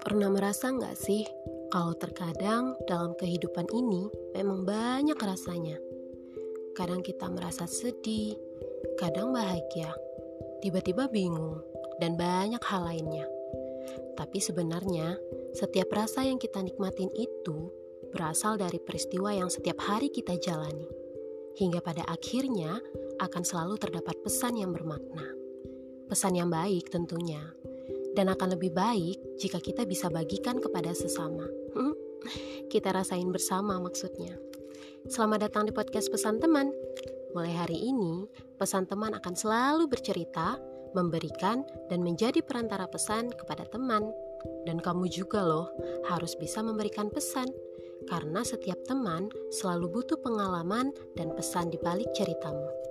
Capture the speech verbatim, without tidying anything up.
Pernah merasa nggak sih, kalau terkadang dalam kehidupan ini memang banyak rasanya. Kadang kita merasa sedih, kadang bahagia, tiba-tiba bingung, dan banyak hal lainnya. Tapi sebenarnya, setiap rasa yang kita nikmatin itu berasal dari peristiwa yang setiap hari kita jalani. Hingga pada akhirnya akan selalu terdapat pesan yang bermakna. Pesan yang baik tentunya. Dan akan lebih baik jika kita bisa bagikan kepada sesama. Kita rasain bersama maksudnya. Selamat datang di podcast Pesan Teman. Mulai hari ini, Pesan Teman akan selalu bercerita, memberikan, dan menjadi perantara pesan kepada teman. Dan kamu juga loh, harus bisa memberikan pesan. Karena setiap teman selalu butuh pengalaman dan pesan di balik ceritamu.